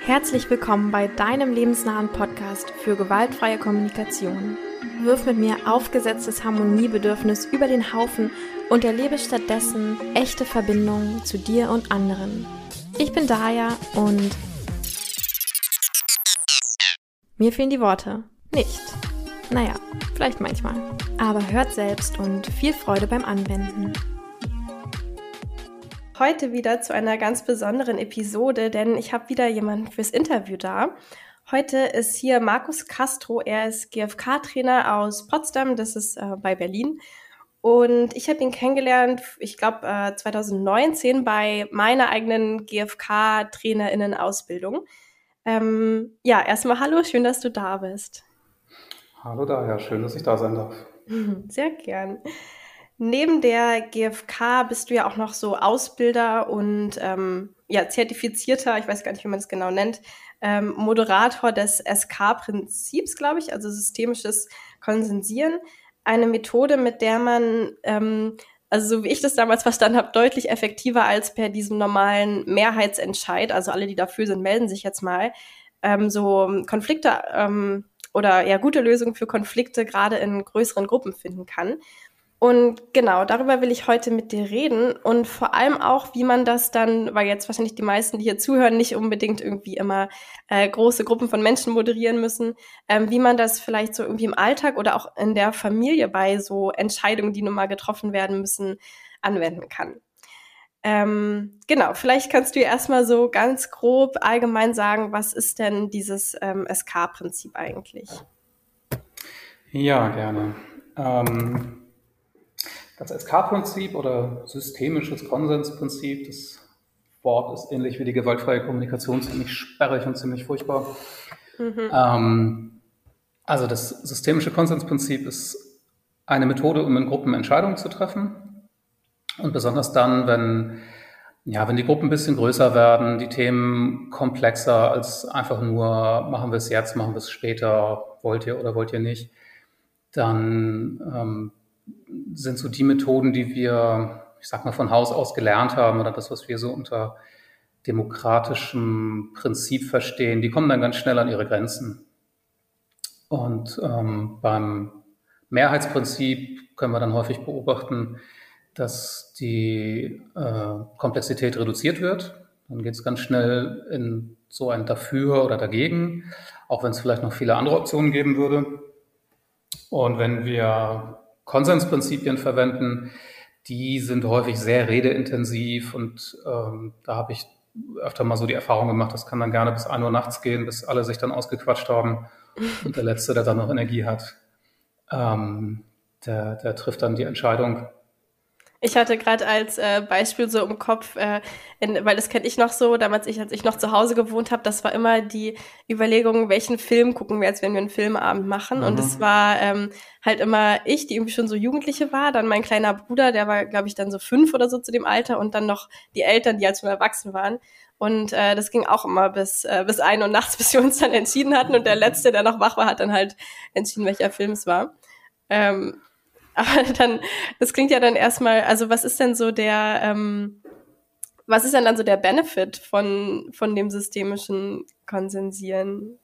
Herzlich willkommen bei deinem lebensnahen Podcast für gewaltfreie Kommunikation. Wirf mit mir aufgesetztes Harmoniebedürfnis über den Haufen und erlebe stattdessen echte Verbindungen zu dir und anderen. Ich bin Daya und mir fehlen die Worte. Nicht. Naja, vielleicht manchmal. Aber hört selbst und viel Freude beim Anwenden. Heute wieder zu einer ganz besonderen Episode, denn ich habe wieder jemanden fürs Interview da. Heute ist hier Markus Castro. Er ist GfK-Trainer aus Potsdam, das ist bei Berlin. Und ich habe ihn kennengelernt, ich glaube 2019 bei meiner eigenen GfK-TrainerInnen-Ausbildung. Erstmal hallo, schön, dass du da bist. Hallo Daya, schön, dass ich da sein darf. Sehr gern. Neben der GfK bist du ja auch noch so Ausbilder und zertifizierter, ich weiß gar nicht, wie man das genau nennt, Moderator des SK-Prinzips, glaube ich, also systemisches Konsensieren. Eine Methode, mit der man, also so wie ich das damals verstanden habe, deutlich effektiver als per diesem normalen Mehrheitsentscheid, also alle, die dafür sind, melden sich jetzt mal, so Konflikte oder gute Lösungen für Konflikte gerade in größeren Gruppen finden kann. Und genau, darüber will ich heute mit dir reden und vor allem auch, wie man das dann, weil jetzt wahrscheinlich die meisten, die hier zuhören, nicht unbedingt irgendwie immer große Gruppen von Menschen moderieren müssen, wie man das vielleicht so irgendwie im Alltag oder auch in der Familie bei so Entscheidungen, die nun mal getroffen werden müssen, anwenden kann. Genau, vielleicht kannst du erstmal so ganz grob allgemein sagen, was ist denn dieses SK-Prinzip eigentlich? Ja, gerne. Das SK-Prinzip oder systemisches Konsensprinzip, das Wort ist ähnlich wie die gewaltfreie Kommunikation ziemlich sperrig und ziemlich furchtbar. Also das systemische Konsensprinzip ist eine Methode, um in Gruppen Entscheidungen zu treffen. Und besonders dann, wenn die Gruppen ein bisschen größer werden, die Themen komplexer als einfach nur, machen wir es jetzt, machen wir es später, wollt ihr oder wollt ihr nicht, dann sind so die Methoden, die wir, ich sag mal, von Haus aus gelernt haben oder das, was wir so unter demokratischem Prinzip verstehen, die kommen dann ganz schnell an ihre Grenzen. Und beim Mehrheitsprinzip können wir dann häufig beobachten, dass die Komplexität reduziert wird. Dann geht es ganz schnell in so ein Dafür oder Dagegen, auch wenn es vielleicht noch viele andere Optionen geben würde. Und wenn wir Konsensprinzipien verwenden, die sind häufig sehr redeintensiv und da habe ich öfter mal so die Erfahrung gemacht, das kann dann gerne bis 1 Uhr nachts gehen, bis alle sich dann ausgequatscht haben und der Letzte, der dann noch Energie hat, der trifft dann die Entscheidung. Ich hatte gerade als Beispiel so im Kopf, weil das kenne ich noch so, damals als ich noch zu Hause gewohnt habe, das war immer die Überlegung, welchen Film gucken wir jetzt, wenn wir einen Filmabend machen. Und es war halt immer ich, die irgendwie schon so Jugendliche war, dann mein kleiner Bruder, der war, glaube ich, dann so 5 oder so zu dem Alter und dann noch die Eltern, die halt schon erwachsen waren. Und das ging auch immer bis 1 Uhr nachts, bis wir uns dann entschieden hatten. Und der Letzte, der noch wach war, hat dann halt entschieden, welcher Film es war. Aber dann, das klingt ja dann erstmal, also was ist denn dann so der Benefit von dem systemischen Konsensieren?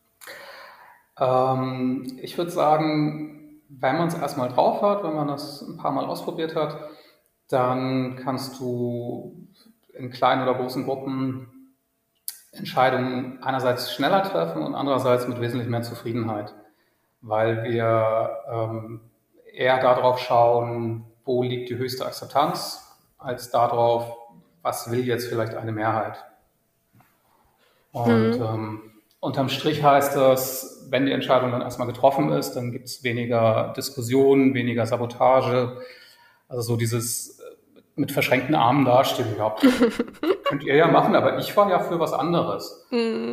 Ich würde sagen, wenn man es erstmal drauf hat, wenn man das ein paar Mal ausprobiert hat, dann kannst du in kleinen oder großen Gruppen Entscheidungen einerseits schneller treffen und andererseits mit wesentlich mehr Zufriedenheit, weil wir eher darauf schauen, wo liegt die höchste Akzeptanz, als darauf, was will jetzt vielleicht eine Mehrheit. Und unterm Strich heißt das, wenn die Entscheidung dann erstmal getroffen ist, dann gibt es weniger Diskussionen, weniger Sabotage, also so dieses mit verschränkten Armen dastehen, ja, könnt ihr ja machen, aber ich war ja für was anderes.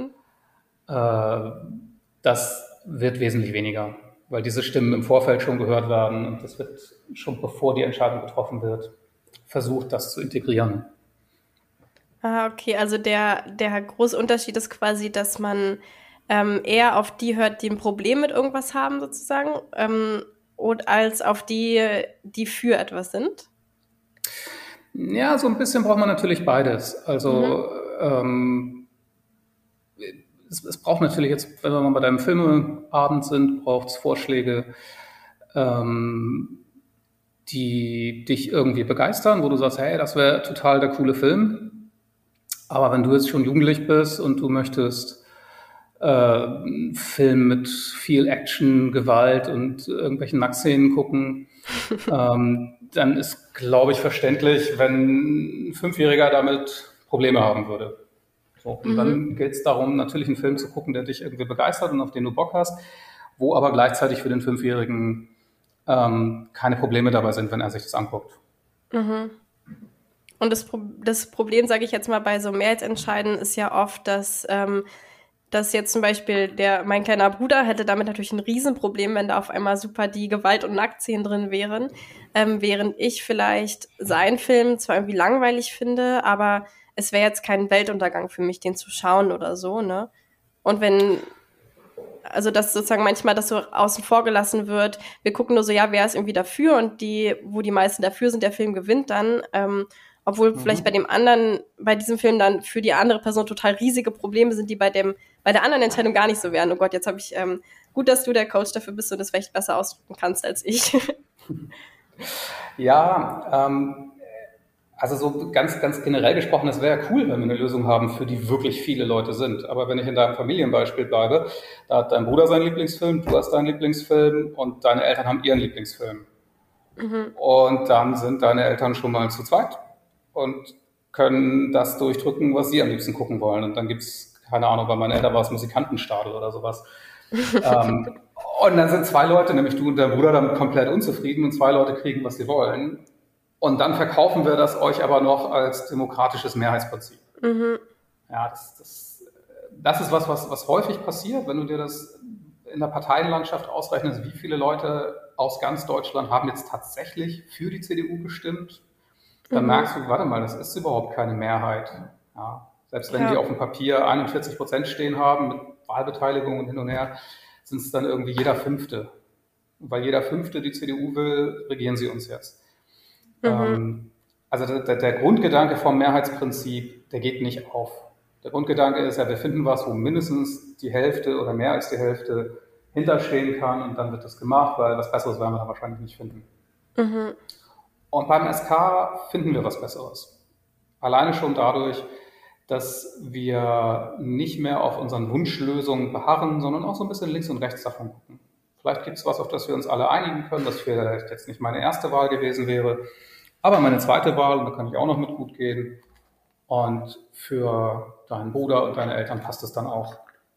Das wird wesentlich weniger, weil diese Stimmen im Vorfeld schon gehört werden und das wird schon bevor die Entscheidung getroffen wird, versucht, das zu integrieren. Ah, okay, also der große Unterschied ist quasi, dass man eher auf die hört, die ein Problem mit irgendwas haben sozusagen, und als auf die für etwas sind? Ja, so ein bisschen braucht man natürlich beides. Also es braucht natürlich jetzt, wenn wir mal bei deinem Filmeabend sind, braucht es Vorschläge, ähm, die dich irgendwie begeistern, wo du sagst, hey, das wäre total der coole Film. Aber wenn du jetzt schon jugendlich bist und du möchtest einen Film mit viel Action, Gewalt und irgendwelchen Nacktszenen gucken, dann ist, glaube ich, verständlich, wenn ein Fünfjähriger damit Probleme haben würde. So, und dann geht es darum, natürlich einen Film zu gucken, der dich irgendwie begeistert und auf den du Bock hast, wo aber gleichzeitig für den Fünfjährigen keine Probleme dabei sind, wenn er sich das anguckt. Und das Problem, sage ich jetzt mal, bei so Mehrheitsentscheiden ist ja oft, dass jetzt zum Beispiel mein kleiner Bruder hätte damit natürlich ein Riesenproblem, wenn da auf einmal super die Gewalt- und Nacktszenen drin wären, während ich vielleicht seinen Film zwar irgendwie langweilig finde, aber es wäre jetzt kein Weltuntergang für mich, den zu schauen oder so, ne? Und also dass sozusagen manchmal das so außen vor gelassen wird, wir gucken nur so, ja, wer ist irgendwie dafür und wo die meisten dafür sind, der Film gewinnt dann, obwohl vielleicht bei diesem Film dann für die andere Person total riesige Probleme sind, die bei der anderen Entscheidung gar nicht so wären. Oh Gott, jetzt habe ich, gut, dass du der Coach dafür bist und das vielleicht besser ausdrücken kannst als ich. Ja, also so ganz, ganz generell gesprochen, es wäre ja cool, wenn wir eine Lösung haben, für die wirklich viele Leute sind. Aber wenn ich in deinem Familienbeispiel bleibe, da hat dein Bruder seinen Lieblingsfilm, du hast deinen Lieblingsfilm und deine Eltern haben ihren Lieblingsfilm. Und dann sind deine Eltern schon mal zu zweit und können das durchdrücken, was sie am liebsten gucken wollen. Und dann gibt's, keine Ahnung, bei meinen Eltern war es Musikantenstadel oder sowas. Und dann sind zwei Leute, nämlich du und dein Bruder, damit komplett unzufrieden und zwei Leute kriegen, was sie wollen. Und dann verkaufen wir das euch aber noch als demokratisches Mehrheitsprinzip. Ja, das ist was häufig passiert, wenn du dir das in der Parteienlandschaft ausrechnest, wie viele Leute aus ganz Deutschland haben jetzt tatsächlich für die CDU gestimmt. Dann merkst du, warte mal, das ist überhaupt keine Mehrheit. Ja, selbst wenn die auf dem Papier 41% stehen haben mit Wahlbeteiligung und hin und her, sind es dann irgendwie jeder Fünfte. Und weil jeder Fünfte die CDU will, regieren sie uns jetzt. Also der Grundgedanke vom Mehrheitsprinzip, der geht nicht auf. Der Grundgedanke ist ja, wir finden was, wo mindestens die Hälfte oder mehr als die Hälfte hinterstehen kann und dann wird das gemacht, weil was Besseres werden wir da wahrscheinlich nicht finden. Und beim SK finden wir was Besseres. Alleine schon dadurch, dass wir nicht mehr auf unseren Wunschlösungen beharren, sondern auch so ein bisschen links und rechts davon gucken. Vielleicht gibt es was, auf das wir uns alle einigen können, das vielleicht jetzt nicht meine erste Wahl gewesen wäre, aber meine zweite Wahl, und da kann ich auch noch mit gut gehen. Und für deinen Bruder und deine Eltern passt es dann auch.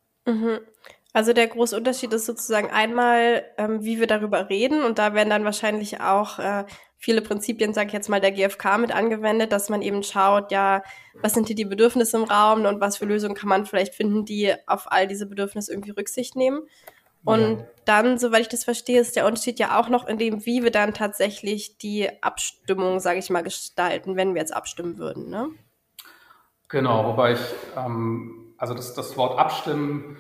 Also der große Unterschied ist sozusagen einmal, wie wir darüber reden, und da werden dann wahrscheinlich auch viele Prinzipien, sage ich jetzt mal, der GfK mit angewendet, dass man eben schaut, ja, was sind hier die Bedürfnisse im Raum und was für Lösungen kann man vielleicht finden, die auf all diese Bedürfnisse irgendwie Rücksicht nehmen. Und dann, soweit ich das verstehe, ist der Unterschied ja auch noch in dem, wie wir dann tatsächlich die Abstimmung, sage ich mal, gestalten, wenn wir jetzt abstimmen würden, ne? Genau, wobei also das Wort abstimmen,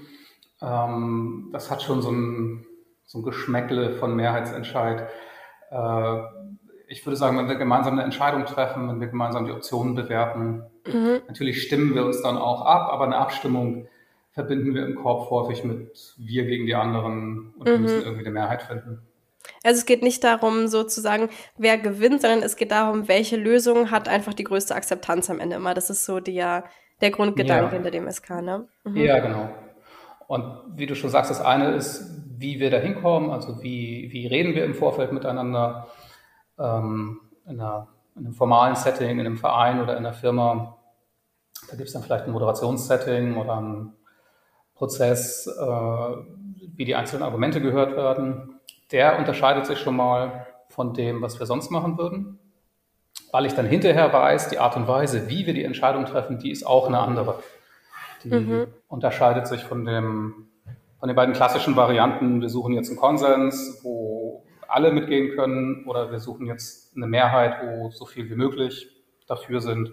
das hat schon so ein Geschmäckle von Mehrheitsentscheid. Ich würde sagen, wenn wir gemeinsam eine Entscheidung treffen, wenn wir gemeinsam die Optionen bewerten, natürlich stimmen wir uns dann auch ab, aber eine Abstimmung verbinden wir im Kopf häufig mit wir gegen die anderen und wir müssen irgendwie eine Mehrheit finden. Also es geht nicht darum, sozusagen, wer gewinnt, sondern es geht darum, welche Lösung hat einfach die größte Akzeptanz am Ende immer. Das ist so der Grundgedanke hinter dem SK, ne? Ja, genau. Und wie du schon sagst, das eine ist, wie wir da hinkommen, also wie reden wir im Vorfeld miteinander, in einem formalen Setting, in einem Verein oder in einer Firma. Da gibt es dann vielleicht ein Moderationssetting oder ein Prozess, wie die einzelnen Argumente gehört werden, der unterscheidet sich schon mal von dem, was wir sonst machen würden, weil ich dann hinterher weiß, die Art und Weise, wie wir die Entscheidung treffen, die ist auch eine andere. Die unterscheidet sich von den beiden klassischen Varianten. Wir suchen jetzt einen Konsens, wo alle mitgehen können, oder wir suchen jetzt eine Mehrheit, wo so viel wie möglich dafür sind.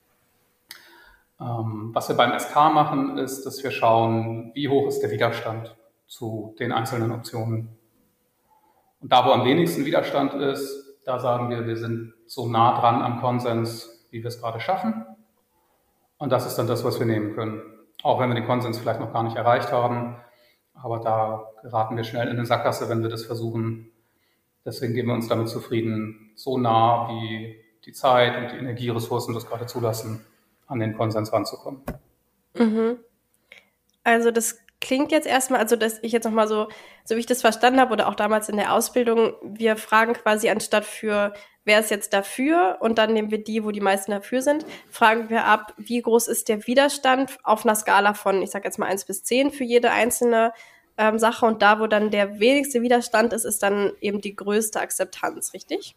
Was wir beim SK machen, ist, dass wir schauen, wie hoch ist der Widerstand zu den einzelnen Optionen. Und da, wo am wenigsten Widerstand ist, da sagen wir sind so nah dran am Konsens, wie wir es gerade schaffen. Und das ist dann das, was wir nehmen können. auch wenn wir den Konsens vielleicht noch gar nicht erreicht haben. Aber da geraten wir schnell in eine Sackgasse, wenn wir das versuchen. Deswegen geben wir uns damit zufrieden, so nah wie die Zeit und die Energieressourcen das gerade zulassen, an den Konsens ranzukommen. Mhm. Also das klingt jetzt erstmal, also dass ich jetzt nochmal so wie ich das verstanden habe oder auch damals in der Ausbildung, wir fragen quasi anstatt für, wer ist jetzt dafür und dann nehmen wir die, wo die meisten dafür sind, fragen wir ab, wie groß ist der Widerstand auf einer Skala von, ich sag jetzt mal 1 bis 10 für jede einzelne Sache und da, wo dann der wenigste Widerstand ist, ist dann eben die größte Akzeptanz, richtig?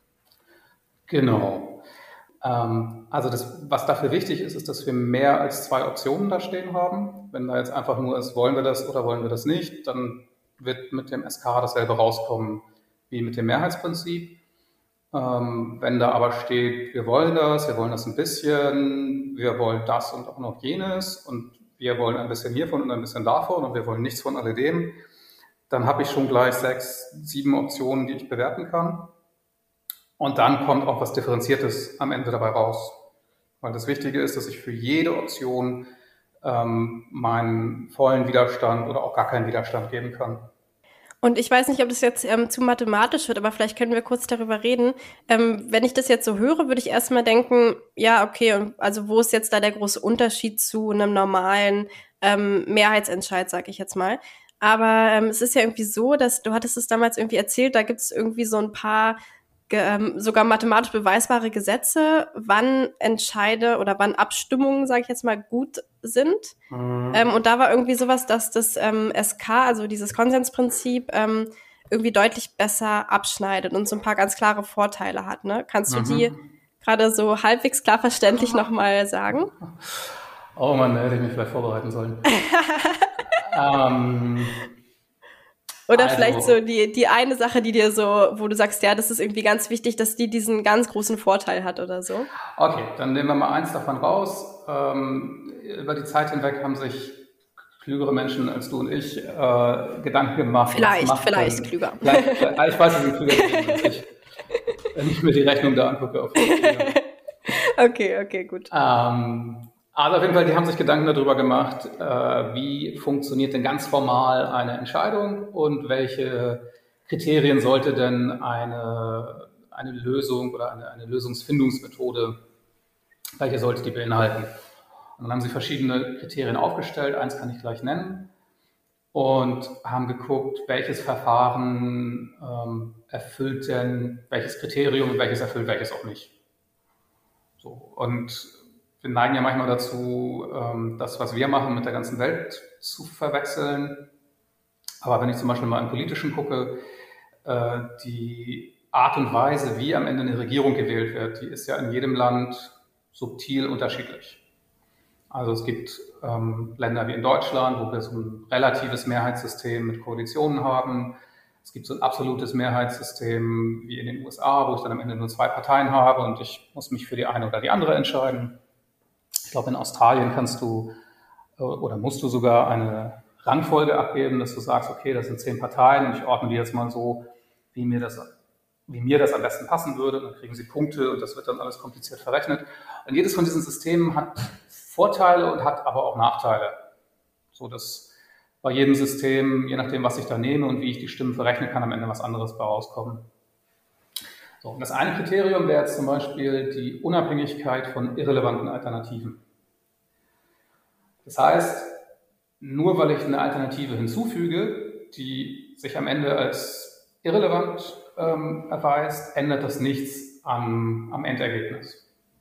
Genau. Also das, was dafür wichtig ist, ist, dass wir mehr als 2 Optionen da stehen haben. Wenn da jetzt einfach nur ist, wollen wir das oder wollen wir das nicht, dann wird mit dem SK dasselbe rauskommen wie mit dem Mehrheitsprinzip. Wenn da aber steht, wir wollen das ein bisschen, wir wollen das und auch noch jenes und wir wollen ein bisschen hiervon und ein bisschen davon und wir wollen nichts von alledem, dann habe ich schon gleich 6, 7 Optionen, die ich bewerten kann. Und dann kommt auch was Differenziertes am Ende dabei raus. Weil das Wichtige ist, dass ich für jede Option meinen vollen Widerstand oder auch gar keinen Widerstand geben kann. Und ich weiß nicht, ob das jetzt zu mathematisch wird, aber vielleicht können wir kurz darüber reden. Wenn ich das jetzt so höre, würde ich erstmal denken, ja, okay, also wo ist jetzt da der große Unterschied zu einem normalen Mehrheitsentscheid, sag ich jetzt mal. Aber es ist ja irgendwie so, dass du hattest es damals irgendwie erzählt, da gibt es irgendwie so ein paar sogar mathematisch beweisbare Gesetze, wann Entscheide oder wann Abstimmungen, sage ich jetzt mal, gut sind. Und da war irgendwie sowas, dass das SK, also dieses Konsensprinzip, irgendwie deutlich besser abschneidet und so ein paar ganz klare Vorteile hat. Ne? Kannst du die gerade so halbwegs klar verständlich nochmal sagen? Oh Mann, da hätte ich mich vielleicht vorbereiten sollen. Oder vielleicht so die eine Sache, die dir so, wo du sagst, ja, das ist irgendwie ganz wichtig, dass die diesen ganz großen Vorteil hat oder so. Okay, dann nehmen wir mal eins davon raus. Über die Zeit hinweg haben sich klügere Menschen als du und ich Gedanken gemacht. Vielleicht klüger. Ich weiß, dass sie klüger sind als ich. Wenn ich mir die Rechnung da angucke. Okay, gut. Also auf jeden Fall, die haben sich Gedanken darüber gemacht, wie funktioniert denn ganz formal eine Entscheidung und welche Kriterien sollte denn eine Lösung oder eine Lösungsfindungsmethode, welche sollte die beinhalten. Und dann haben sie verschiedene Kriterien aufgestellt, eins kann ich gleich nennen, und haben geguckt, welches Verfahren erfüllt denn welches Kriterium und welches erfüllt welches auch nicht. So, und wir neigen ja manchmal dazu, das, was wir machen, mit der ganzen Welt zu verwechseln. Aber wenn ich zum Beispiel mal im Politischen gucke, die Art und Weise, wie am Ende eine Regierung gewählt wird, die ist ja in jedem Land subtil unterschiedlich. Also es gibt Länder wie in Deutschland, wo wir so ein relatives Mehrheitssystem mit Koalitionen haben. Es gibt so ein absolutes Mehrheitssystem wie in den USA, wo ich dann am Ende nur 2 Parteien habe und ich muss mich für die eine oder die andere entscheiden. Ich glaube, in Australien kannst du oder musst du sogar eine Rangfolge abgeben, dass du sagst, okay, das sind 10 Parteien und ich ordne die jetzt mal so, wie mir das am besten passen würde. Und dann kriegen sie Punkte und das wird dann alles kompliziert verrechnet. Und jedes von diesen Systemen hat Vorteile und hat aber auch Nachteile. So dass bei jedem System, je nachdem, was ich da nehme und wie ich die Stimmen verrechnen kann, am Ende was anderes bei rauskommen. So, und das eine Kriterium wäre jetzt zum Beispiel die Unabhängigkeit von irrelevanten Alternativen. Das heißt, nur weil ich eine Alternative hinzufüge, die sich am Ende als irrelevant erweist, ändert das nichts am Endergebnis.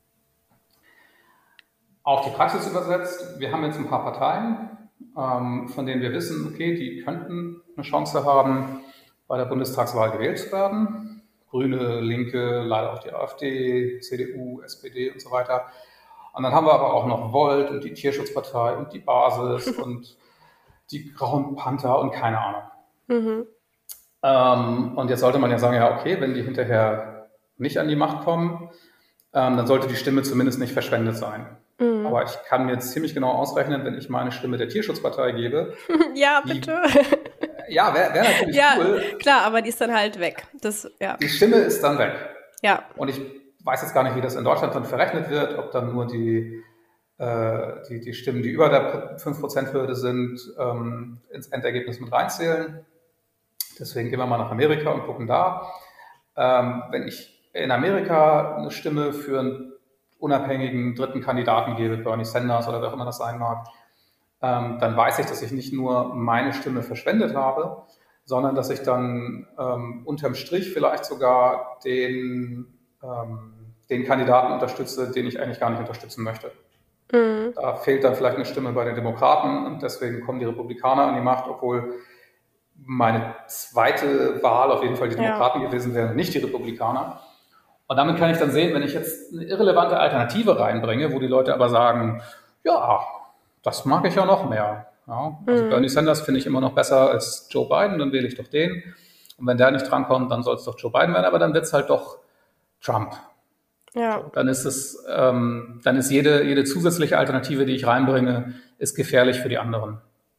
Auf die Praxis übersetzt, wir haben jetzt ein paar Parteien, von denen wir wissen, okay, die könnten eine Chance haben, bei der Bundestagswahl gewählt zu werden. Grüne, Linke, leider auch die AfD, CDU, SPD und so weiter. Und dann haben wir aber auch noch Volt und die Tierschutzpartei und die Basis und die Grauen Panther und keine Ahnung. Und jetzt sollte man ja sagen, ja okay, wenn die hinterher nicht an die Macht kommen, dann sollte die Stimme zumindest nicht verschwendet sein. Aber ich kann mir ziemlich genau ausrechnen, wenn ich meine Stimme der Tierschutzpartei gebe. Ja, bitte. Ja, wäre natürlich cool. Ja, klar, aber die ist dann halt weg. Die Stimme ist dann weg. Ja. Und ich weiß jetzt gar nicht, wie das in Deutschland dann verrechnet wird, ob dann nur die die Stimmen, die über der 5%-Hürde sind, ins Endergebnis mit reinzählen. Deswegen gehen wir mal nach Amerika und gucken da. Wenn ich in Amerika eine Stimme für einen unabhängigen dritten Kandidaten gebe, Bernie Sanders oder wer auch immer das sein mag, dann weiß ich, dass ich nicht nur meine Stimme verschwendet habe, sondern dass ich dann unterm Strich vielleicht sogar den Kandidaten unterstütze, den ich eigentlich gar nicht unterstützen möchte. Da fehlt dann vielleicht eine Stimme bei den Demokraten und deswegen kommen die Republikaner an die Macht, obwohl meine zweite Wahl auf jeden Fall die Demokraten gewesen wären, nicht die Republikaner. Und damit kann ich dann sehen, wenn ich jetzt eine irrelevante Alternative reinbringe, wo die Leute aber sagen, ja, das mag ich ja noch mehr. Ja, also Bernie Sanders finde ich immer noch besser als Joe Biden, dann wähle ich doch den. Und wenn der nicht drankommt, dann soll es doch Joe Biden werden, aber dann wird es halt doch Trump. Ja. So, dann ist jede zusätzliche Alternative, die ich reinbringe, ist gefährlich für die anderen.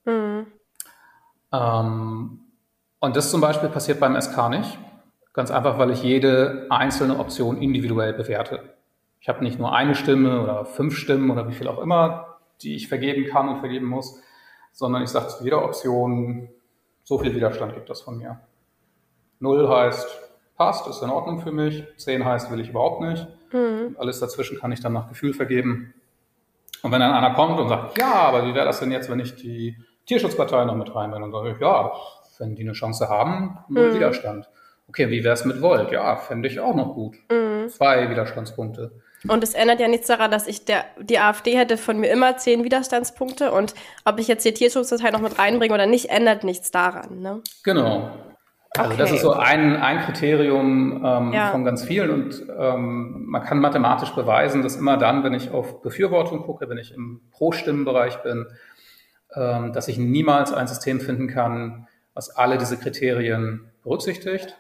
Und das zum Beispiel passiert beim SK nicht. Ganz einfach, weil ich jede einzelne Option individuell bewerte. Ich habe nicht nur eine Stimme oder 5 Stimmen oder wie viel auch immer, die ich vergeben kann und vergeben muss, sondern ich sage zu jeder Option, so viel Widerstand gibt das von mir. 0 heißt, passt, ist in Ordnung für mich. 10 heißt, will ich überhaupt nicht. Und alles dazwischen kann ich dann nach Gefühl vergeben. Und wenn dann einer kommt und sagt, ja, aber wie wäre das denn jetzt, wenn ich die Tierschutzpartei noch mit reinbringe? Und sage ich, ja, wenn die eine Chance haben, 0 Widerstand. Okay, wie wäre es mit Volt? Ja, fände ich auch noch gut. 2 Widerstandspunkte. Und es ändert ja nichts daran, dass die AfD hätte von mir immer 10 Widerstandspunkte und ob ich jetzt die Tierschutzpartei noch mit reinbringe oder nicht, ändert nichts daran, ne? Genau. Also das ist so ein Kriterium von ganz vielen und man kann mathematisch beweisen, dass immer dann, wenn ich auf Befürwortung gucke, wenn ich im Pro-Stimmenbereich bin, dass ich niemals ein System finden kann, was alle diese Kriterien berücksichtigt.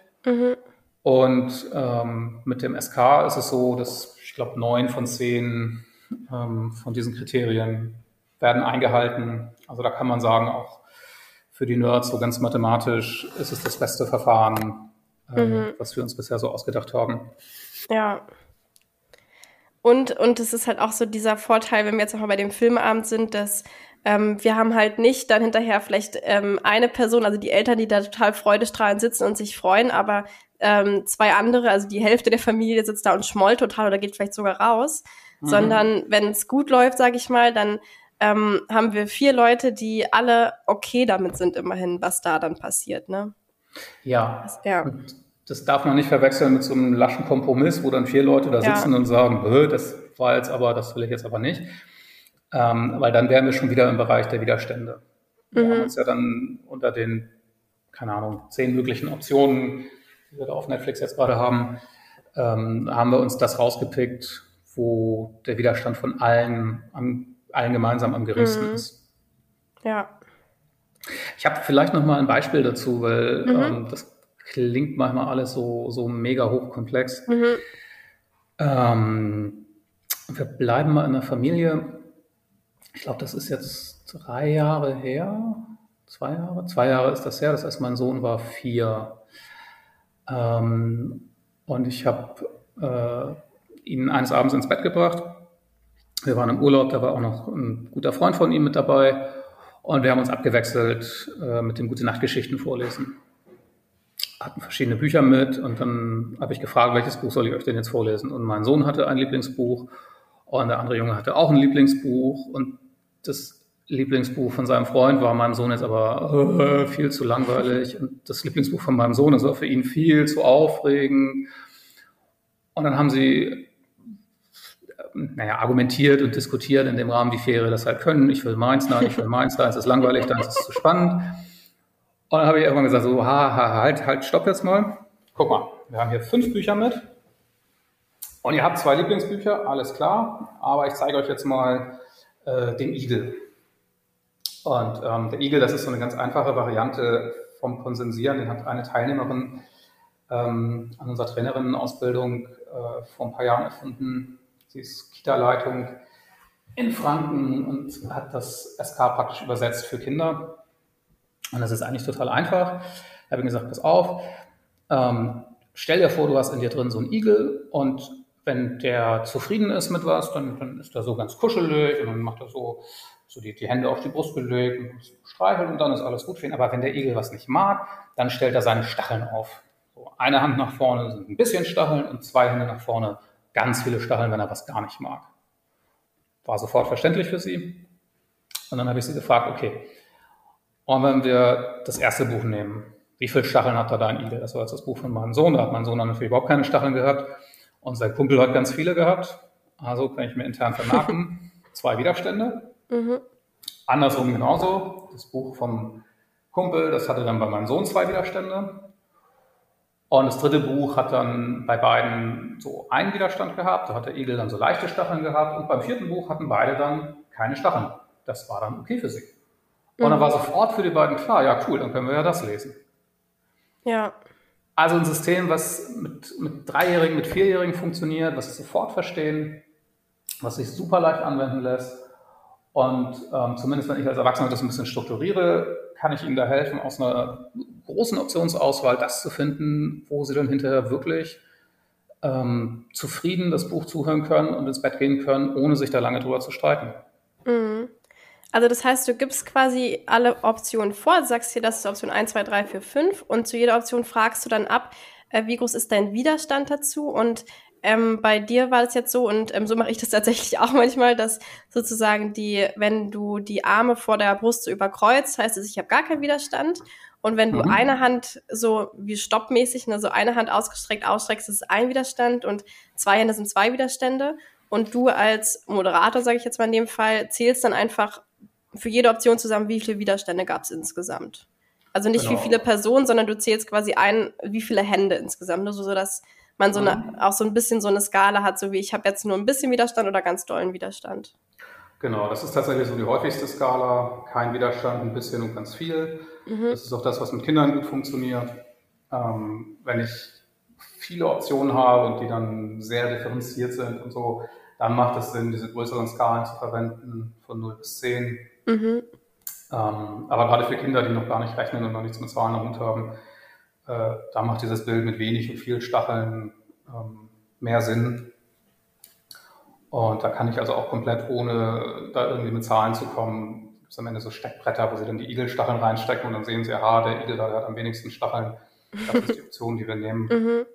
Und mit dem SK ist es so, dass ich glaube 9 von 10 von diesen Kriterien werden eingehalten. Also da kann man sagen, auch für die Nerds so ganz mathematisch ist es das beste Verfahren, was wir uns bisher so ausgedacht haben. Ja. Und es ist halt auch so dieser Vorteil, wenn wir jetzt nochmal bei dem Filmabend sind, dass wir haben halt nicht dann hinterher vielleicht eine Person, also die Eltern, die da total freudestrahlend sitzen und sich freuen, aber 2 andere, also die Hälfte der Familie sitzt da und schmollt total oder geht vielleicht sogar raus, sondern wenn es gut läuft, sage ich mal, dann haben wir 4 Leute, die alle okay damit sind immerhin, was da dann passiert, ne? Ja. Und das darf man nicht verwechseln mit so einem laschen Kompromiss, wo dann 4 Leute da sitzen und sagen, das war jetzt aber, das will ich jetzt aber nicht. Weil dann wären wir schon wieder im Bereich der Widerstände. Wir haben uns ja dann unter den, keine Ahnung, 10 möglichen Optionen, die wir da auf Netflix jetzt gerade haben wir uns das rausgepickt, wo der Widerstand von allen gemeinsam am geringsten ist. Ja. Ich habe vielleicht noch mal ein Beispiel dazu, weil das klingt manchmal alles so mega hochkomplex. Wir bleiben mal in der Familie. Ich glaube, das ist jetzt 3 Jahre her. 2 Jahre? 2 Jahre ist das her. Das heißt, mein Sohn war 4. Und ich habe ihn eines Abends ins Bett gebracht. Wir waren im Urlaub, da war auch noch ein guter Freund von ihm mit dabei. Und wir haben uns abgewechselt mit dem Gute-Nacht-Geschichten vorlesen. Hatten verschiedene Bücher mit und dann habe ich gefragt, welches Buch soll ich euch denn jetzt vorlesen? Und mein Sohn hatte ein Lieblingsbuch und der andere Junge hatte auch ein Lieblingsbuch und das Lieblingsbuch von seinem Freund war meinem Sohn jetzt aber viel zu langweilig und das Lieblingsbuch von meinem Sohn ist auch für ihn viel zu aufregend. Und dann haben sie argumentiert und diskutiert in dem Rahmen, wie Fähre das halt können. Ich will meins, nein, ich will meins, da ist es langweilig, dann ist es zu spannend. Und dann habe ich irgendwann gesagt, so, halt, stopp jetzt mal. Guck mal, wir haben hier 5 Bücher mit. Und ihr habt 2 Lieblingsbücher, alles klar. Aber ich zeige euch jetzt mal den Igel. Und der Igel, das ist so eine ganz einfache Variante vom Konsensieren. Den hat eine Teilnehmerin an unserer Trainerinnenausbildung vor ein paar Jahren erfunden. Sie ist Kita-Leitung in Franken und hat das SK praktisch übersetzt für Kinder. Und das ist eigentlich total einfach. Da habe ich gesagt, pass auf, stell dir vor, du hast in dir drin so einen Igel und wenn der zufrieden ist mit was, dann ist er so ganz kuschelig und dann macht er so die Hände auf die Brust gelegt und streichelt und dann ist alles gut für ihn. Aber wenn der Igel was nicht mag, dann stellt er seine Stacheln auf. So, eine Hand nach vorne sind ein bisschen Stacheln und zwei Hände nach vorne ganz viele Stacheln, wenn er was gar nicht mag. War sofort verständlich für sie. Und dann habe ich sie gefragt, okay, und wenn wir das erste Buch nehmen, wie viele Stacheln hat da dein Igel? Das war jetzt das Buch von meinem Sohn. Da hat mein Sohn dann natürlich überhaupt keine Stacheln gehabt. Und sein Kumpel hat ganz viele gehabt. Also kann ich mir intern vermerken, 2 Widerstände. Andersrum genauso. Das Buch vom Kumpel, das hatte dann bei meinem Sohn 2 Widerstände. Und das dritte Buch hat dann bei beiden so einen Widerstand gehabt. Da hat der Igel dann so leichte Stacheln gehabt. Und beim vierten Buch hatten beide dann keine Stacheln. Das war dann okay für sie. Und dann war sofort für die beiden klar, ja cool, dann können wir ja das lesen. Ja. Also ein System, was mit 3-Jährigen, mit 4-Jährigen funktioniert, was sie sofort verstehen, was sich super leicht anwenden lässt. Und zumindest wenn ich als Erwachsener das ein bisschen strukturiere, kann ich ihnen da helfen, aus einer großen Optionsauswahl das zu finden, wo sie dann hinterher wirklich zufrieden das Buch zuhören können und ins Bett gehen können, ohne sich da lange drüber zu streiten. Also das heißt, du gibst quasi alle Optionen vor, sagst hier, das ist Option 1, 2, 3, 4, 5 und zu jeder Option fragst du dann ab, wie groß ist dein Widerstand dazu und bei dir war es jetzt so und so mache ich das tatsächlich auch manchmal, dass sozusagen wenn du die Arme vor der Brust so überkreuzt, heißt es, ich habe gar keinen Widerstand und wenn du eine Hand so wie stoppmäßig, ne, so eine Hand ausstreckst, ist es ein Widerstand und 2 Hände sind 2 Widerstände und du als Moderator, sage ich jetzt mal in dem Fall, zählst dann einfach für jede Option zusammen, wie viele Widerstände gab es insgesamt. Also nicht wie viele Personen, sondern du zählst quasi wie viele Hände insgesamt, nur so dass man auch so ein bisschen so eine Skala hat, so wie ich habe jetzt nur ein bisschen Widerstand oder ganz dollen Widerstand. Genau, das ist tatsächlich so die häufigste Skala. Kein Widerstand, ein bisschen und ganz viel. Das ist auch das, was mit Kindern gut funktioniert. Wenn ich viele Optionen habe und die dann sehr differenziert sind und so, dann macht es Sinn, diese größeren Skalen zu verwenden, von 0 bis 10. Aber gerade für Kinder, die noch gar nicht rechnen und noch nichts mit Zahlen am Hut haben, da macht dieses Bild mit wenig und viel Stacheln mehr Sinn. Und da kann ich also auch komplett, ohne da irgendwie mit Zahlen zu kommen, gibt es am Ende so Steckbretter, wo sie dann die Igelstacheln reinstecken und dann sehen sie, aha, der Igel der hat am wenigsten Stacheln. Das ist die Option, die wir nehmen.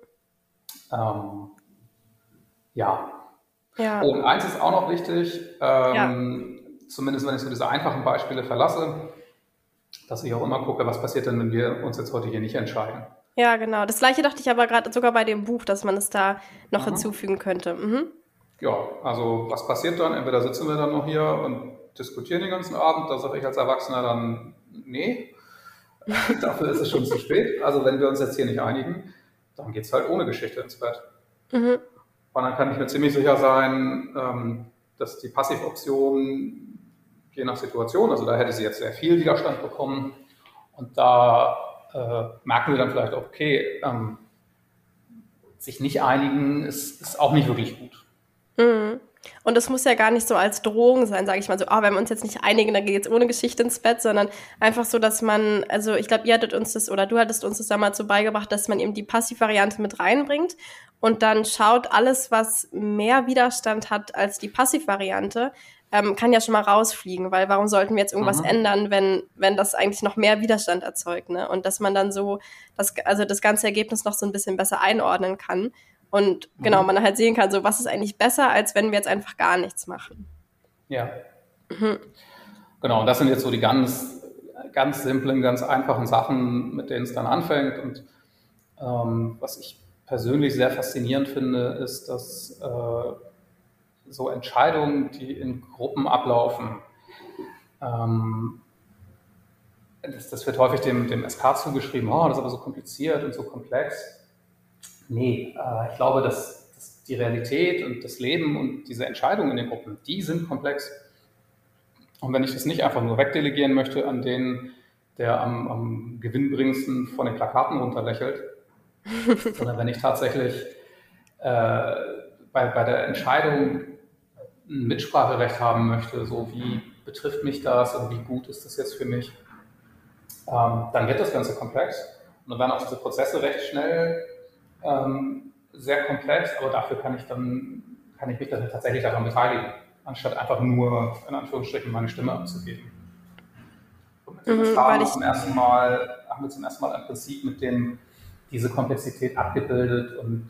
Ja. Und eins ist auch noch wichtig, zumindest wenn ich so diese einfachen Beispiele verlasse, dass ich auch immer gucke, was passiert denn, wenn wir uns jetzt heute hier nicht entscheiden. Ja, genau. Das Gleiche dachte ich aber gerade sogar bei dem Buch, dass man es da noch hinzufügen könnte. Ja, also was passiert dann? Entweder sitzen wir dann noch hier und diskutieren den ganzen Abend, da sage ich als Erwachsener dann, nee, dafür ist es schon zu spät. Also wenn wir uns jetzt hier nicht einigen, dann geht es halt ohne Geschichte ins Bett. Und dann kann ich mir ziemlich sicher sein, dass die Passivoption, je nach Situation, also da hätte sie jetzt sehr viel Widerstand bekommen und da merken wir dann vielleicht auch, okay, sich nicht einigen ist auch nicht wirklich gut. Und es muss ja gar nicht so als Drohung sein, sage ich mal so, wenn wir uns jetzt nicht einigen, dann geht es ohne Geschichte ins Bett, sondern einfach so, dass man, also ich glaube, du hattest uns das damals so beigebracht, dass man eben die Passivvariante mit reinbringt und dann schaut, alles, was mehr Widerstand hat als die Passivvariante, kann ja schon mal rausfliegen, weil warum sollten wir jetzt irgendwas ändern, wenn das eigentlich noch mehr Widerstand erzeugt, ne? Und dass man dann so das ganze Ergebnis noch so ein bisschen besser einordnen kann. Und genau, man halt sehen kann, so was ist eigentlich besser, als wenn wir jetzt einfach gar nichts machen. Ja. Genau, und das sind jetzt so die ganz, ganz simplen, ganz einfachen Sachen, mit denen es dann anfängt. Und was ich persönlich sehr faszinierend finde, ist, dass so Entscheidungen, die in Gruppen ablaufen, das wird häufig dem SK zugeschrieben, das ist aber so kompliziert und so komplex. Nee, ich glaube, dass die Realität und das Leben und diese Entscheidungen in den Gruppen, die sind komplex. Und wenn ich das nicht einfach nur wegdelegieren möchte an den, der am gewinnbringendsten von den Plakaten runterlächelt, sondern wenn ich tatsächlich bei der Entscheidung ein Mitspracherecht haben möchte, so wie betrifft mich das und wie gut ist das jetzt für mich, dann wird das Ganze komplex. Und dann werden auch diese Prozesse recht schnell sehr komplex, aber dafür kann ich mich dann tatsächlich daran beteiligen, anstatt einfach nur, in Anführungsstrichen, meine Stimme abzugeben. Und mit dem SK Weil ich haben wir zum ersten Mal ein Prinzip, mit dem diese Komplexität abgebildet und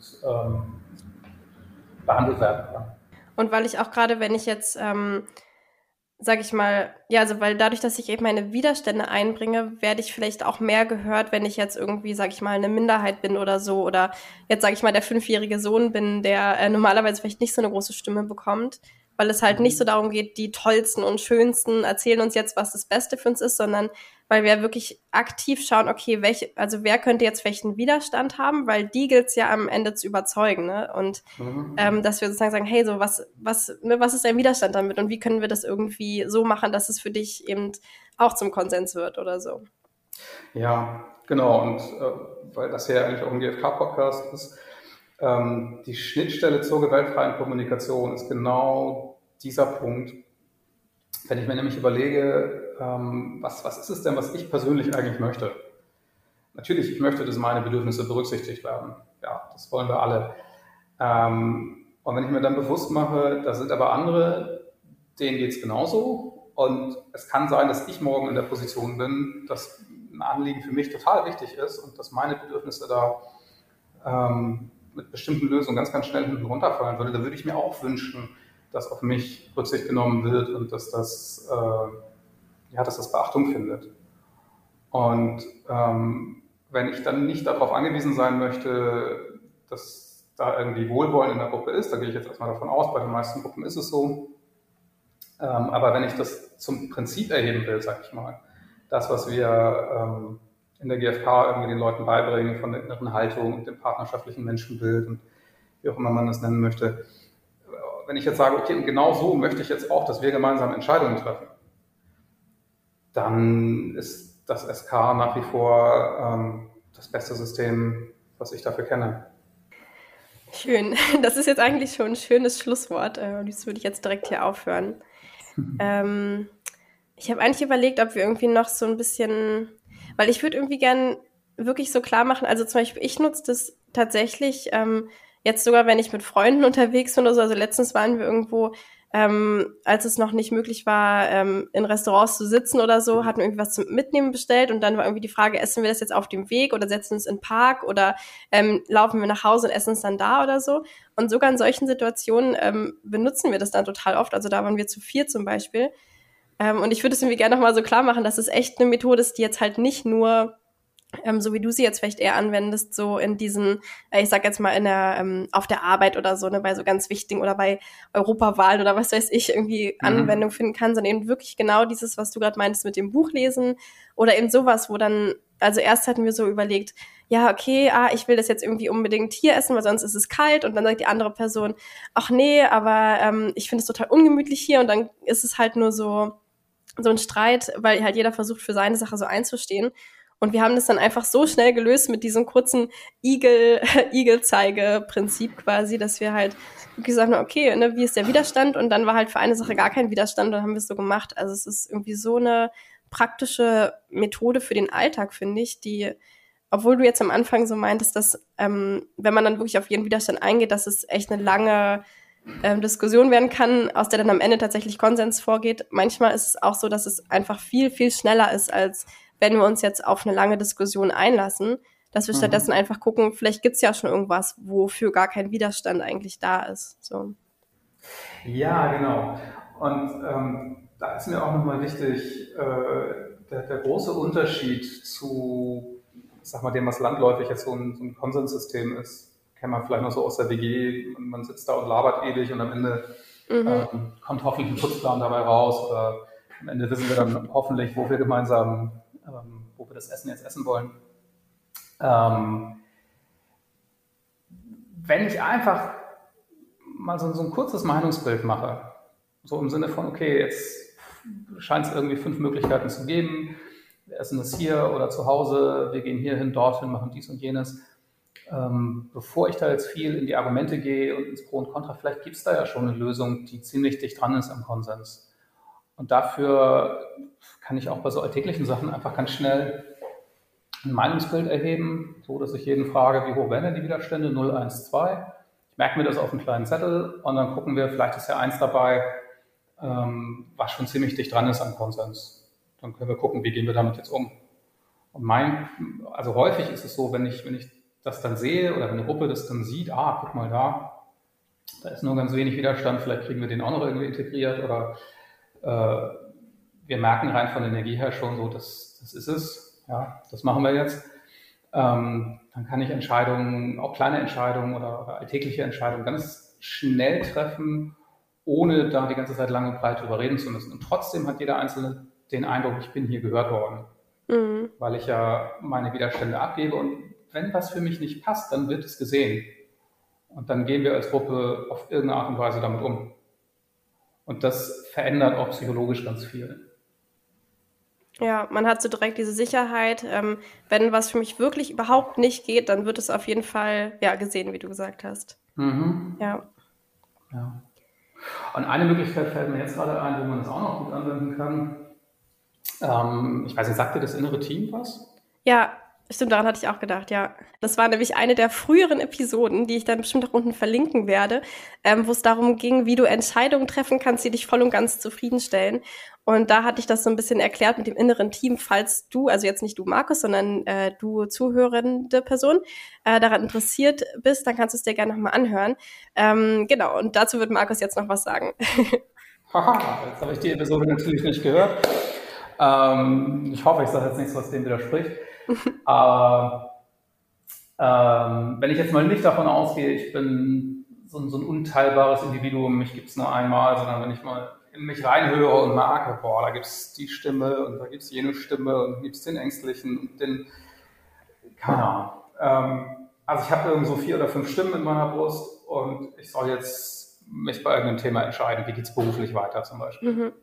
behandelt werden kann. Und weil ich auch gerade, wenn ich jetzt, sage ich mal, ja, also weil dadurch, dass ich eben meine Widerstände einbringe, werde ich vielleicht auch mehr gehört, wenn ich jetzt irgendwie, sage ich mal, eine Minderheit bin oder so. Oder jetzt, sage ich mal, der 5-jährige Sohn bin, der normalerweise vielleicht nicht so eine große Stimme bekommt, weil es halt nicht so darum geht, die tollsten und schönsten erzählen uns jetzt, was das Beste für uns ist, sondern weil wir wirklich aktiv schauen, okay, also wer könnte jetzt vielleicht einen Widerstand haben, weil die gilt es ja am Ende zu überzeugen, ne? Und dass wir sozusagen sagen, hey, so was ist dein Widerstand damit und wie können wir das irgendwie so machen, dass es für dich eben auch zum Konsens wird oder so. Ja, genau. Und weil das ja eigentlich auch ein GfK-Podcast ist, die Schnittstelle zur gewaltfreien Kommunikation ist genau dieser Punkt. Wenn ich mir nämlich überlege, was ist es denn, was ich persönlich eigentlich möchte? Natürlich, ich möchte, dass meine Bedürfnisse berücksichtigt werden. Ja, das wollen wir alle. Und wenn ich mir dann bewusst mache, da sind aber andere, denen geht es genauso. Und es kann sein, dass ich morgen in der Position bin, dass ein Anliegen für mich total wichtig ist und dass meine Bedürfnisse da mit bestimmten Lösungen ganz, ganz schnell hinten runterfallen würde. Da würde ich mir auch wünschen, dass auf mich Rücksicht genommen wird und dass das Beachtung findet. Und wenn ich dann nicht darauf angewiesen sein möchte, dass da irgendwie Wohlwollen in der Gruppe ist, da gehe ich jetzt erstmal davon aus, bei den meisten Gruppen ist es so. Aber wenn ich das zum Prinzip erheben will, sag ich mal, das, was wir in der GfK irgendwie den Leuten beibringen, von der inneren Haltung und dem partnerschaftlichen Menschenbild und wie auch immer man das nennen möchte, wenn ich jetzt sage, okay, und genau so möchte ich jetzt auch, dass wir gemeinsam Entscheidungen treffen, dann ist das SK nach wie vor das beste System, was ich dafür kenne. Schön. Das ist jetzt eigentlich schon ein schönes Schlusswort. Das würde ich jetzt direkt hier aufhören. Ich habe eigentlich überlegt, ob wir irgendwie noch so ein bisschen, weil ich würde irgendwie gern wirklich so klar machen, also zum Beispiel, ich nutze das tatsächlich jetzt sogar, wenn ich mit Freunden unterwegs bin oder so. Also letztens waren wir irgendwo, als es noch nicht möglich war, in Restaurants zu sitzen oder so, hatten wir irgendwie was zum Mitnehmen bestellt und dann war irgendwie die Frage, essen wir das jetzt auf dem Weg oder setzen wir uns in den Park oder laufen wir nach Hause und essen es dann da oder so. Und sogar in solchen Situationen benutzen wir das dann total oft. Also da waren wir zu 4 zum Beispiel. Und ich würde es irgendwie gerne nochmal so klar machen, dass es echt eine Methode ist, die jetzt halt nicht nur so wie du sie jetzt vielleicht eher anwendest, so in diesen, ich sag jetzt mal auf der Arbeit oder so, ne, bei so ganz wichtigen oder bei Europawahlen oder was weiß ich, irgendwie Anwendung finden kann, sondern eben wirklich genau dieses, was du gerade meintest mit dem Buchlesen oder eben sowas, wo dann, also erst hatten wir so überlegt, ja, okay, ich will das jetzt irgendwie unbedingt hier essen, weil sonst ist es kalt und dann sagt die andere Person, ach nee, aber ich finde es total ungemütlich hier und dann ist es halt nur so ein Streit, weil halt jeder versucht, für seine Sache so einzustehen. Und wir haben das dann einfach so schnell gelöst mit diesem kurzen Igel-Zeige-Prinzip quasi, dass wir halt wirklich sagen, okay, ne, wie ist der Widerstand? Und dann war halt für eine Sache gar kein Widerstand und dann haben wir es so gemacht. Also es ist irgendwie so eine praktische Methode für den Alltag, finde ich, die, obwohl du jetzt am Anfang so meintest, dass wenn man dann wirklich auf jeden Widerstand eingeht, dass es echt eine lange Diskussion werden kann, aus der dann am Ende tatsächlich Konsens vorgeht. Manchmal ist es auch so, dass es einfach viel, viel schneller ist, als wenn wir uns jetzt auf eine lange Diskussion einlassen, dass wir stattdessen einfach gucken, vielleicht gibt's ja schon irgendwas, wofür gar kein Widerstand eigentlich da ist. So. Ja, genau. Und da ist mir auch nochmal wichtig, der große Unterschied zu, sag mal, dem, was landläufig jetzt so ein Konsenssystem ist, kennt man vielleicht noch so aus der WG, man sitzt da und labert ewig und am Ende kommt hoffentlich ein Putzplan dabei raus oder am Ende wissen wir dann hoffentlich, wo wir gemeinsam, wo wir das Essen jetzt essen wollen. Wenn ich einfach mal so ein kurzes Meinungsbild mache, so im Sinne von, okay, jetzt scheint es irgendwie 5 Möglichkeiten zu geben, wir essen es hier oder zu Hause, wir gehen hierhin, dorthin, machen dies und jenes. Bevor ich da jetzt viel in die Argumente gehe und ins Pro und Contra, vielleicht gibt es da ja schon eine Lösung, die ziemlich dicht dran ist am Konsens. Und dafür kann ich auch bei so alltäglichen Sachen einfach ganz schnell ein Meinungsbild erheben, so dass ich jeden frage, wie hoch wären denn die Widerstände, 0, 1, 2. Ich merke mir das auf einen kleinen Zettel und dann gucken wir, vielleicht ist ja eins dabei, was schon ziemlich dicht dran ist am Konsens. Dann können wir gucken, wie gehen wir damit jetzt um. Und also häufig ist es so, wenn ich das dann sehe oder wenn eine Gruppe das dann sieht, guck mal da ist nur ganz wenig Widerstand, vielleicht kriegen wir den auch noch irgendwie integriert oder wir merken rein von der Energie her schon so, das ist es, ja, das machen wir jetzt. Dann kann ich Entscheidungen, auch kleine Entscheidungen oder alltägliche Entscheidungen ganz schnell treffen, ohne da die ganze Zeit lang und breit drüber reden zu müssen. Und trotzdem hat jeder Einzelne den Eindruck, ich bin hier gehört worden, weil ich ja meine Widerstände abgebe. Und wenn was für mich nicht passt, dann wird es gesehen. Und dann gehen wir als Gruppe auf irgendeine Art und Weise damit um. Und das verändert auch psychologisch ganz viel. Ja, man hat so direkt diese Sicherheit. Wenn was für mich wirklich überhaupt nicht geht, dann wird es auf jeden Fall gesehen, wie du gesagt hast. Ja. Ja. Und eine Möglichkeit fällt mir jetzt gerade ein, wo man das auch noch gut anwenden kann. Ich weiß nicht, sagt dir das innere Team was? Ja, stimmt, daran hatte ich auch gedacht, ja. Das war nämlich eine der früheren Episoden, die ich dann bestimmt auch unten verlinken werde, wo es darum ging, wie du Entscheidungen treffen kannst, die dich voll und ganz zufriedenstellen. Und da hatte ich das so ein bisschen erklärt mit dem inneren Team, falls du, also jetzt nicht du Markus, sondern du zuhörende Person, daran interessiert bist, dann kannst du es dir gerne nochmal anhören. Genau, und dazu wird Markus jetzt noch was sagen. Haha, jetzt habe ich die Episode natürlich nicht gehört. Ich hoffe, ich sage jetzt nichts, was dem widerspricht. Wenn ich jetzt mal nicht davon ausgehe, ich bin so ein unteilbares Individuum, mich gibt es nur einmal, sondern wenn ich mal in mich reinhöre und merke, da gibt es die Stimme und da gibt es jene Stimme und da gibt es den Ängstlichen und den, keine Ahnung. Also ich habe irgendwie so 4 oder 5 Stimmen in meiner Brust und ich soll jetzt mich bei irgendeinem Thema entscheiden, wie geht es beruflich weiter zum Beispiel.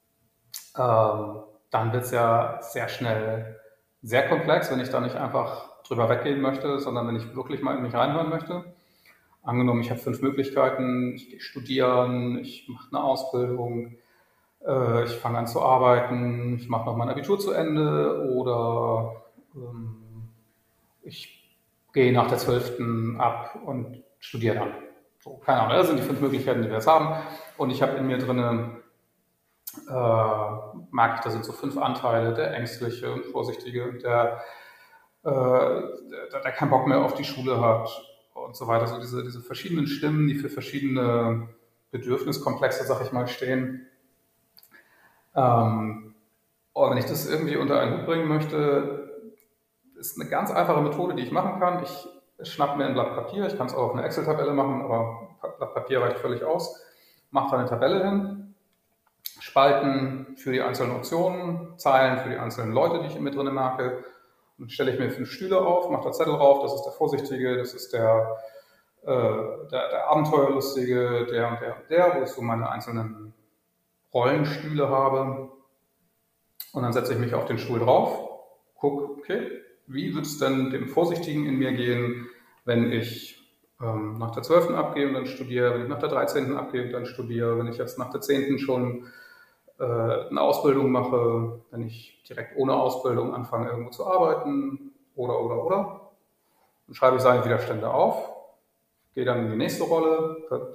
Dann wird es ja sehr schnell sehr komplex, wenn ich da nicht einfach drüber weggehen möchte, sondern wenn ich wirklich mal in mich reinhören möchte. Angenommen, ich habe 5 Möglichkeiten, ich gehe studieren, ich mache eine Ausbildung, ich fange an zu arbeiten, ich mache noch mein Abitur zu Ende oder ich gehe nach der 12. ab und studiere dann. So, keine Ahnung, das sind die 5 Möglichkeiten, die wir jetzt haben. Und ich habe in mir drinnen merke ich, da sind so 5 Anteile, der Ängstliche und Vorsichtige und der keinen Bock mehr auf die Schule hat und so weiter. So diese verschiedenen Stimmen, die für verschiedene Bedürfniskomplexe, sag ich mal, stehen. Und wenn ich das irgendwie unter einen Hut bringen möchte, ist eine ganz einfache Methode, die ich machen kann. Ich schnappe mir ein Blatt Papier, ich kann es auch auf eine Excel-Tabelle machen, aber ein Blatt Papier reicht völlig aus. Mache da eine Tabelle hin, Spalten für die einzelnen Optionen, Zeilen für die einzelnen Leute, die ich mit drin merke. Und dann stelle ich mir 5 Stühle auf, mache da Zettel drauf, das ist der Vorsichtige, das ist der Abenteuerlustige, der und der und der, wo ich so meine einzelnen Rollenstühle habe. Und dann setze ich mich auf den Stuhl drauf, gucke, okay, wie wird es denn dem Vorsichtigen in mir gehen, wenn ich nach der 12. abgehe und dann studiere, wenn ich nach der 13. abgehe und dann studiere, wenn ich jetzt nach der 10. schon eine Ausbildung mache, wenn ich direkt ohne Ausbildung anfange, irgendwo zu arbeiten oder. Dann schreibe ich seine Widerstände auf, gehe dann in die nächste Rolle,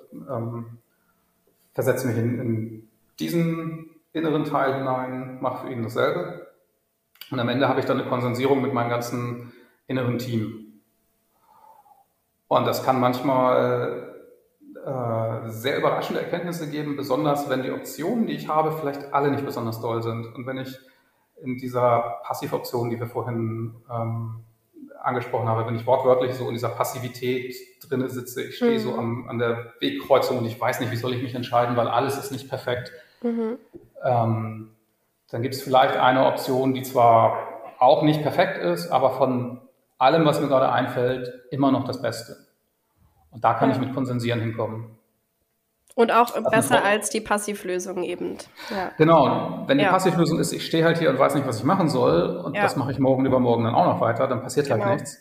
versetze mich in diesen inneren Teil hinein, mache für ihn dasselbe. Und am Ende habe ich dann eine Konsensierung mit meinem ganzen inneren Team. Und das kann manchmal sehr überraschende Erkenntnisse geben, besonders wenn die Optionen, die ich habe, vielleicht alle nicht besonders doll sind. Und wenn ich in dieser Passivoption, die wir vorhin angesprochen haben, wenn ich wortwörtlich so in dieser Passivität drinne sitze, ich stehe so an der Wegkreuzung und ich weiß nicht, wie soll ich mich entscheiden, weil alles ist nicht perfekt. Dann gibt es vielleicht eine Option, die zwar auch nicht perfekt ist, aber von allem, was mir gerade einfällt, immer noch das Beste. Und da kann ich mit Konsensieren hinkommen. Und auch besser als die Passivlösung eben. Ja. Genau, wenn die Passivlösung ist, ich stehe halt hier und weiß nicht, was ich machen soll und das mache ich morgen übermorgen dann auch noch weiter, dann passiert halt nichts.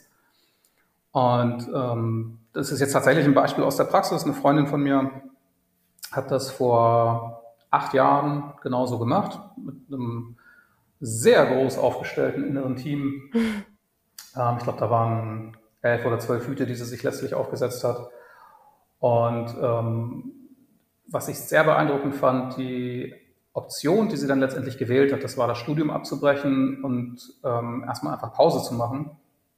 Und das ist jetzt tatsächlich ein Beispiel aus der Praxis. Eine Freundin von mir hat das vor 8 Jahren genauso gemacht, mit einem sehr groß aufgestellten inneren Team. Ich glaube, da waren 11 oder 12 Hüte, die sie sich letztlich aufgesetzt hat. Und was ich sehr beeindruckend fand, die Option, die sie dann letztendlich gewählt hat, das war das Studium abzubrechen und erstmal einfach Pause zu machen,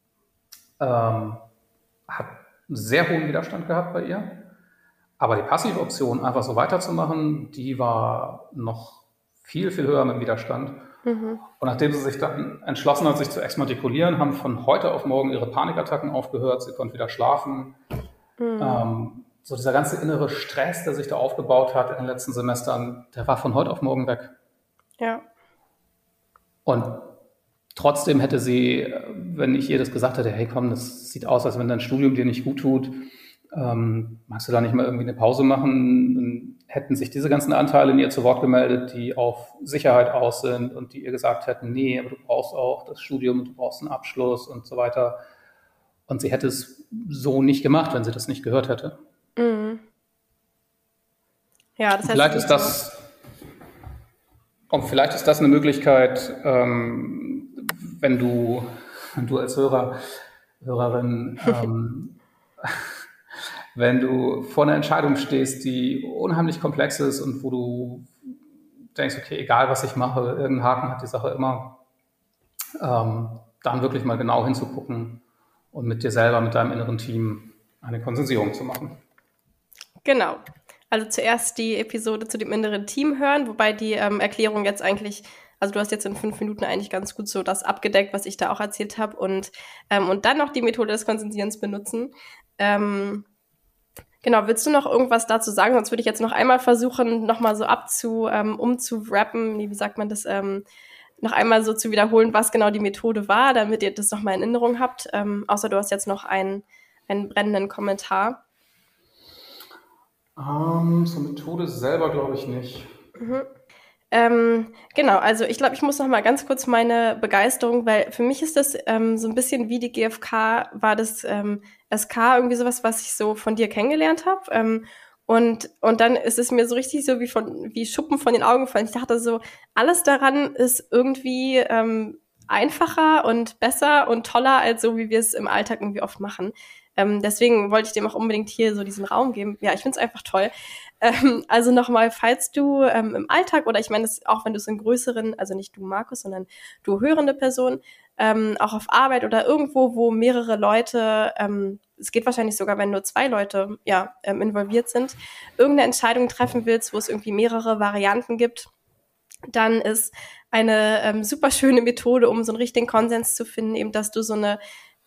hat einen sehr hohen Widerstand gehabt bei ihr. Aber die passive Option, einfach so weiterzumachen, die war noch viel, viel höher mit Widerstand. Und nachdem sie sich dann entschlossen hat, sich zu exmatrikulieren, haben von heute auf morgen ihre Panikattacken aufgehört, sie konnte wieder schlafen. So dieser ganze innere Stress, der sich da aufgebaut hat in den letzten Semestern, der war von heute auf morgen weg. Ja. Und trotzdem hätte sie, wenn ich ihr das gesagt hätte, hey komm, das sieht aus, als wenn dein Studium dir nicht gut tut, magst du da nicht mal irgendwie eine Pause machen? Dann hätten sich diese ganzen Anteile in ihr zu Wort gemeldet, die auf Sicherheit aus sind und die ihr gesagt hätten, nee, aber du brauchst auch das Studium und du brauchst einen Abschluss und so weiter. Und sie hätte es so nicht gemacht, wenn sie das nicht gehört hätte. Ja, das heißt, Vielleicht ist das, und vielleicht ist das eine Möglichkeit, wenn du als Hörerin, wenn du vor einer Entscheidung stehst, die unheimlich komplex ist und wo du denkst, okay, egal was ich mache, irgendeinen Haken hat die Sache immer, dann wirklich mal genau hinzugucken und mit dir selber, mit deinem inneren Team eine Konsensierung zu machen. Genau. Also zuerst die Episode zu dem inneren Team hören, wobei die Erklärung jetzt eigentlich, also du hast jetzt in 5 Minuten eigentlich ganz gut so das abgedeckt, was ich da auch erzählt habe und dann noch die Methode des Konsensierens benutzen. Genau, willst du noch irgendwas dazu sagen? Sonst würde ich jetzt noch einmal versuchen, nochmal so umzurappen, wie sagt man das, noch einmal so zu wiederholen, was genau die Methode war, damit ihr das nochmal in Erinnerung habt. Außer du hast jetzt noch einen brennenden Kommentar. Zur Methode selber glaube ich nicht. Genau, also ich glaube, ich muss noch mal ganz kurz meine Begeisterung, weil für mich ist das so ein bisschen wie die GfK, war das SK irgendwie sowas, was ich so von dir kennengelernt habe. Und dann ist es mir so richtig so wie Schuppen von den Augen gefallen. Ich dachte so, alles daran ist irgendwie einfacher und besser und toller, als so, wie wir es im Alltag irgendwie oft machen. Deswegen wollte ich dem auch unbedingt hier so diesen Raum geben. Ja, ich finde es einfach toll. Also nochmal, falls du im Alltag oder ich meine, auch wenn du es in größeren, also nicht du Markus, sondern du hörende Person, auch auf Arbeit oder irgendwo, wo mehrere Leute, es geht wahrscheinlich sogar, wenn nur 2 Leute involviert sind, irgendeine Entscheidung treffen willst, wo es irgendwie mehrere Varianten gibt, dann ist eine super schöne Methode, um so einen richtigen Konsens zu finden, eben, dass du so ein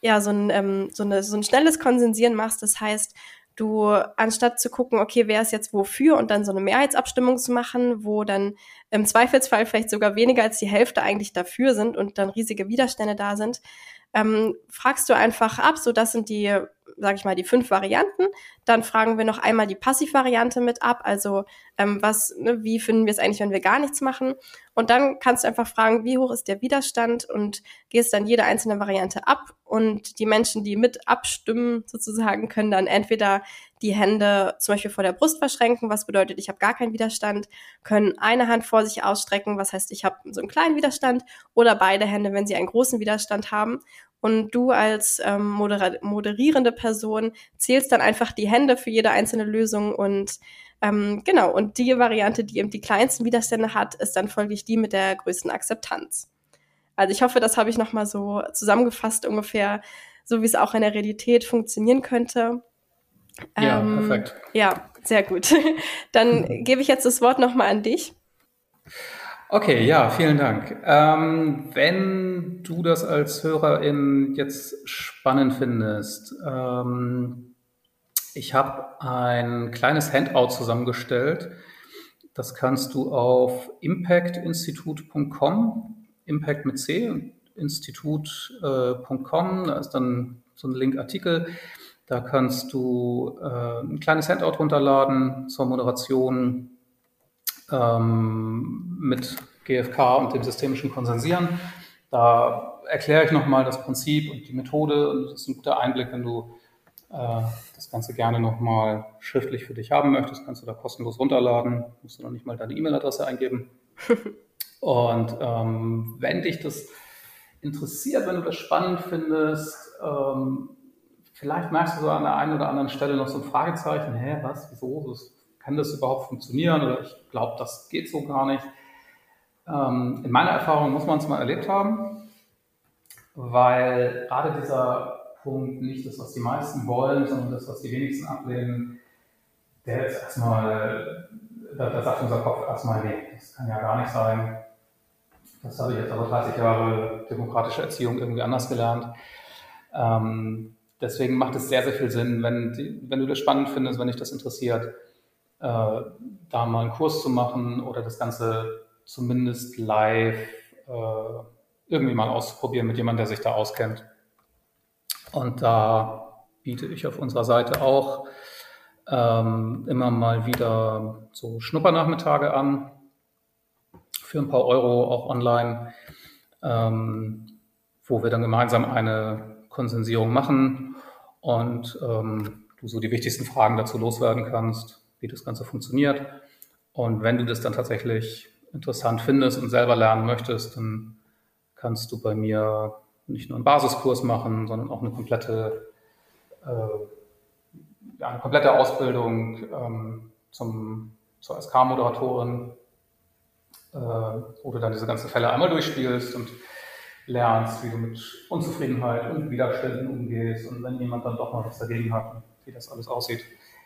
schnelles Konsensieren machst. Das heißt, du, anstatt zu gucken, okay, wer ist jetzt wofür und dann so eine Mehrheitsabstimmung zu machen, wo dann im Zweifelsfall vielleicht sogar weniger als die Hälfte eigentlich dafür sind und dann riesige Widerstände da sind, fragst du einfach ab, so das sind die, sage ich mal, die 5 Varianten. Dann fragen wir noch einmal die Passivvariante mit ab, also wie finden wir es eigentlich, wenn wir gar nichts machen? Und dann kannst du einfach fragen, wie hoch ist der Widerstand und gehst dann jede einzelne Variante ab und die Menschen, die mit abstimmen sozusagen, können dann entweder die Hände zum Beispiel vor der Brust verschränken, was bedeutet, ich habe gar keinen Widerstand, können eine Hand vor sich ausstrecken, was heißt, ich habe so einen kleinen Widerstand, oder beide Hände, wenn sie einen großen Widerstand haben. Und du als moderierende Person zählst dann einfach die Hände für jede einzelne Lösung und genau, und die Variante, die eben die kleinsten Widerstände hat, ist dann folglich die mit der größten Akzeptanz. Also ich hoffe, das habe ich nochmal so zusammengefasst, ungefähr so, wie es auch in der Realität funktionieren könnte. Ja, perfekt. Ja, sehr gut. Dann gebe ich jetzt das Wort nochmal an dich. Okay, ja, vielen Dank. Wenn du das als Hörerin jetzt spannend findest, ich habe ein kleines Handout zusammengestellt. Das kannst du auf impactinstitut.com, Impact mit C, institut.com, da ist dann so ein Link-Artikel. Da kannst du ein kleines Handout runterladen zur Moderation mit GfK und dem systemischen Konsensieren. Da erkläre ich nochmal das Prinzip und die Methode und das ist ein guter Einblick, wenn du das Ganze gerne nochmal schriftlich für dich haben möchtest, kannst du da kostenlos runterladen, musst du noch nicht mal deine E-Mail-Adresse eingeben. Und wenn dich das interessiert, wenn du das spannend findest. Vielleicht merkst du so an der einen oder anderen Stelle noch so ein Fragezeichen, was, wieso, kann das überhaupt funktionieren oder ich glaube, das geht so gar nicht. In meiner Erfahrung muss man es mal erlebt haben, weil gerade dieser Punkt nicht das, was die meisten wollen, sondern das, was die wenigsten ablehnen, der ist erstmal, da sagt unser Kopf erstmal, nee, das kann ja gar nicht sein. Das habe ich jetzt aber 30 Jahre demokratische Erziehung irgendwie anders gelernt. Deswegen macht es sehr, sehr viel Sinn, wenn du das spannend findest, wenn dich das interessiert, da mal einen Kurs zu machen oder das Ganze zumindest live irgendwie mal auszuprobieren mit jemandem, der sich da auskennt. Und da biete ich auf unserer Seite auch immer mal wieder so Schnuppernachmittage an, für ein paar Euro auch online, wo wir dann gemeinsam eine Konsensierung machen und du so die wichtigsten Fragen dazu loswerden kannst, wie das Ganze funktioniert. Und wenn du das dann tatsächlich interessant findest und selber lernen möchtest, dann kannst du bei mir nicht nur einen Basiskurs machen, sondern auch eine komplette Ausbildung zur SK-Moderatorin, wo du dann diese ganzen Fälle einmal durchspielst und lernst, wie du mit Unzufriedenheit und Widerständen umgehst und wenn jemand dann doch mal was dagegen hat, wie das alles aussieht.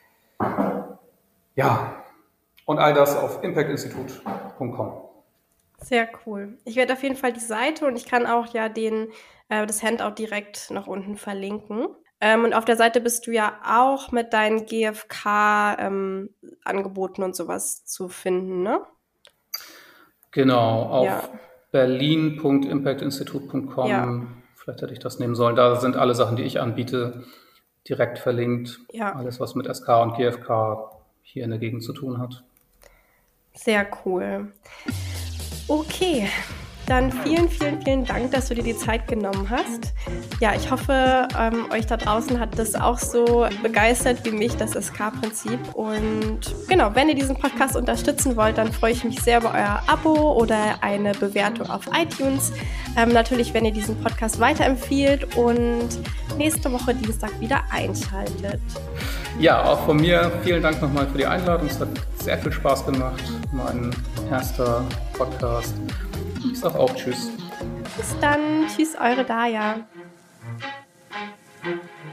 Ja, und all das auf impactinstitut.com. Sehr cool. Ich werde auf jeden Fall die Seite und ich kann auch ja das Handout direkt nach unten verlinken. Und auf der Seite bist du ja auch mit deinen GfK-Angeboten und sowas zu finden, ne? Genau, auf berlin.impactinstitut.com. Ja. Vielleicht hätte ich das nehmen sollen. Da sind alle Sachen, die ich anbiete, direkt verlinkt. Ja. Alles, was mit SK und GfK hier in der Gegend zu tun hat. Sehr cool. Okay, dann vielen, vielen, vielen Dank, dass du dir die Zeit genommen hast. Ja, ich hoffe, euch da draußen hat das auch so begeistert wie mich, das SK-Prinzip. Und genau, wenn ihr diesen Podcast unterstützen wollt, dann freue ich mich sehr über euer Abo oder eine Bewertung auf iTunes. Natürlich, wenn ihr diesen Podcast weiterempfiehlt und nächste Woche Dienstag wieder einschaltet. Ja, auch von mir vielen Dank nochmal für die Einladung. Es hat sehr viel Spaß gemacht. Mein erster Podcast. Ich sage auch Tschüss. Bis dann. Tschüss, eure Daya.